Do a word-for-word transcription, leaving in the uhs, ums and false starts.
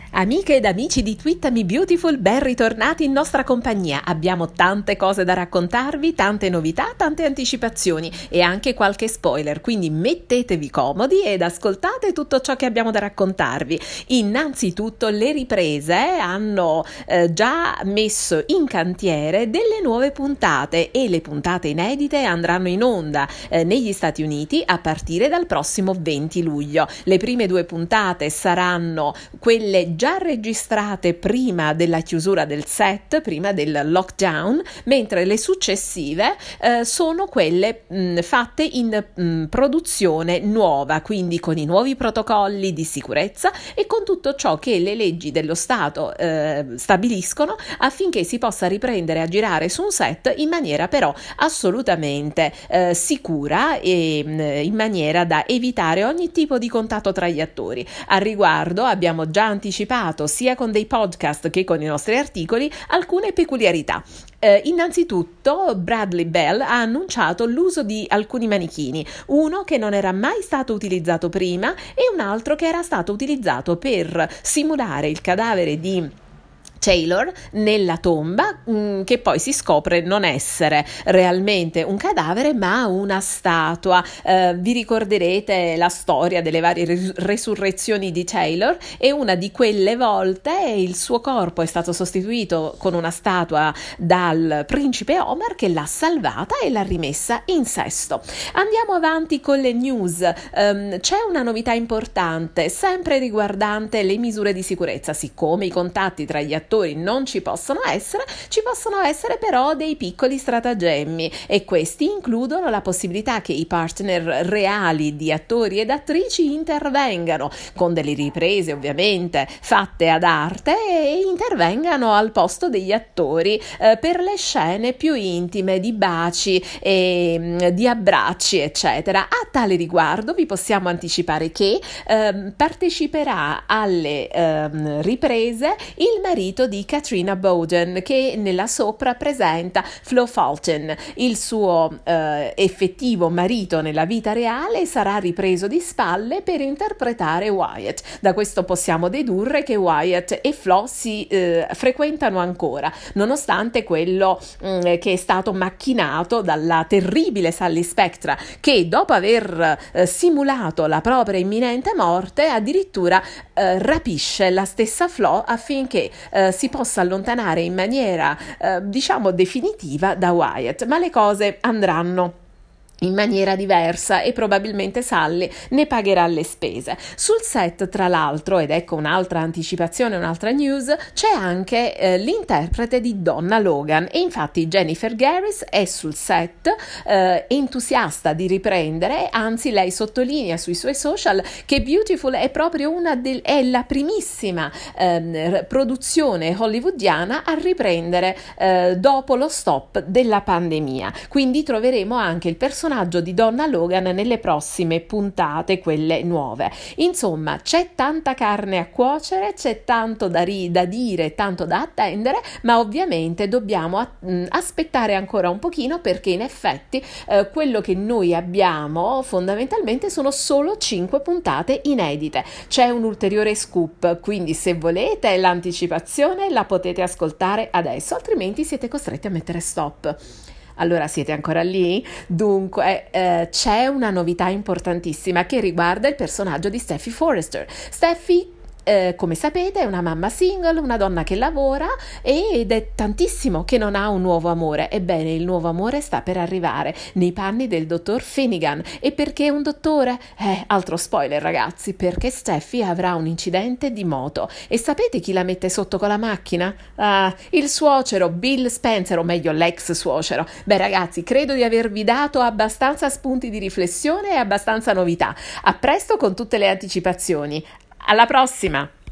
Amiche ed amici di Twitter Me Beautiful, ben ritornati in nostra compagnia. Abbiamo tante cose da raccontarvi, tante novità, tante anticipazioni e anche qualche spoiler, quindi mettetevi comodi ed ascoltate tutto ciò che abbiamo da raccontarvi. Innanzitutto le riprese hanno eh, già messo in cantiere delle nuove puntate e le puntate inedite andranno in onda eh, negli Stati Uniti a partire dal prossimo venti luglio. Le prime due puntate saranno quelle già già registrate prima della chiusura del set, prima del lockdown, mentre le successive eh, sono quelle mh, fatte in mh, produzione nuova, quindi con i nuovi protocolli di sicurezza e con tutto ciò che le leggi dello Stato eh, stabiliscono affinché si possa riprendere a girare su un set in maniera però assolutamente eh, sicura e mh, in maniera da evitare ogni tipo di contatto tra gli attori. Al riguardo abbiamo già anticipato sia con dei podcast che con i nostri articoli alcune peculiarità. Eh, innanzitutto Bradley Bell ha annunciato l'uso di alcuni manichini, uno che non era mai stato utilizzato prima e un altro che era stato utilizzato per simulare il cadavere di Taylor nella tomba, mh, che poi si scopre non essere realmente un cadavere ma una statua. Eh, vi ricorderete la storia delle varie ris- resurrezioni di Taylor e una di quelle volte il suo corpo è stato sostituito con una statua dal principe Omar che l'ha salvata e l'ha rimessa in sesto. Andiamo avanti con le news. Um, c'è una novità importante sempre riguardante le misure di sicurezza. Siccome i contatti tra gli attori non ci possono essere, ci possono essere però dei piccoli stratagemmi e questi includono la possibilità che i partner reali di attori ed attrici intervengano con delle riprese ovviamente fatte ad arte e intervengano al posto degli attori eh, per le scene più intime di baci e di abbracci eccetera. A tale riguardo vi possiamo anticipare che eh, parteciperà alle eh, riprese il marito di Katrina Bowden che nella sopra presenta Flo Fulton. Il suo eh, effettivo marito nella vita reale sarà ripreso di spalle per interpretare Wyatt. Da questo possiamo dedurre che Wyatt e Flo si eh, frequentano ancora, nonostante quello mh, che è stato macchinato dalla terribile Sally Spectra, che dopo aver eh, simulato la propria imminente morte addirittura eh, rapisce la stessa Flo affinché eh, si possa allontanare in maniera eh, diciamo definitiva da Wyatt, ma le cose andranno in maniera diversa e probabilmente Sally ne pagherà le spese. Sul set, tra l'altro, ed ecco un'altra anticipazione, un'altra news, c'è anche eh, l'interprete di Donna Logan e infatti Jennifer Garris è sul set eh, entusiasta di riprendere, anzi lei sottolinea sui suoi social che Beautiful è proprio una del, è la primissima eh, produzione hollywoodiana a riprendere eh, dopo lo stop della pandemia, quindi troveremo anche il personaggio di Donna Logan nelle prossime puntate, quelle nuove. Insomma, c'è tanta carne a cuocere, c'è tanto da, ri- da dire, tanto da attendere, ma ovviamente dobbiamo a- mh, aspettare ancora un pochino perché in effetti eh, quello che noi abbiamo fondamentalmente sono solo cinque puntate inedite. C'è un ulteriore scoop, quindi se volete l'anticipazione la potete ascoltare adesso, altrimenti siete costretti a mettere stop. Allora siete ancora lì? Dunque eh, c'è una novità importantissima che riguarda il personaggio di Steffy Forrester. Steffy Eh, come sapete è una mamma single, una donna che lavora ed è tantissimo che non ha un nuovo amore. Ebbene, il nuovo amore sta per arrivare nei panni del dottor Finnegan. E perché un dottore? Eh, altro spoiler ragazzi, perché Steffy avrà un incidente di moto. E sapete chi la mette sotto con la macchina? Ah, il suocero Bill Spencer, o meglio l'ex suocero. Beh ragazzi, credo di avervi dato abbastanza spunti di riflessione e abbastanza novità. A presto con tutte le anticipazioni. Alla prossima!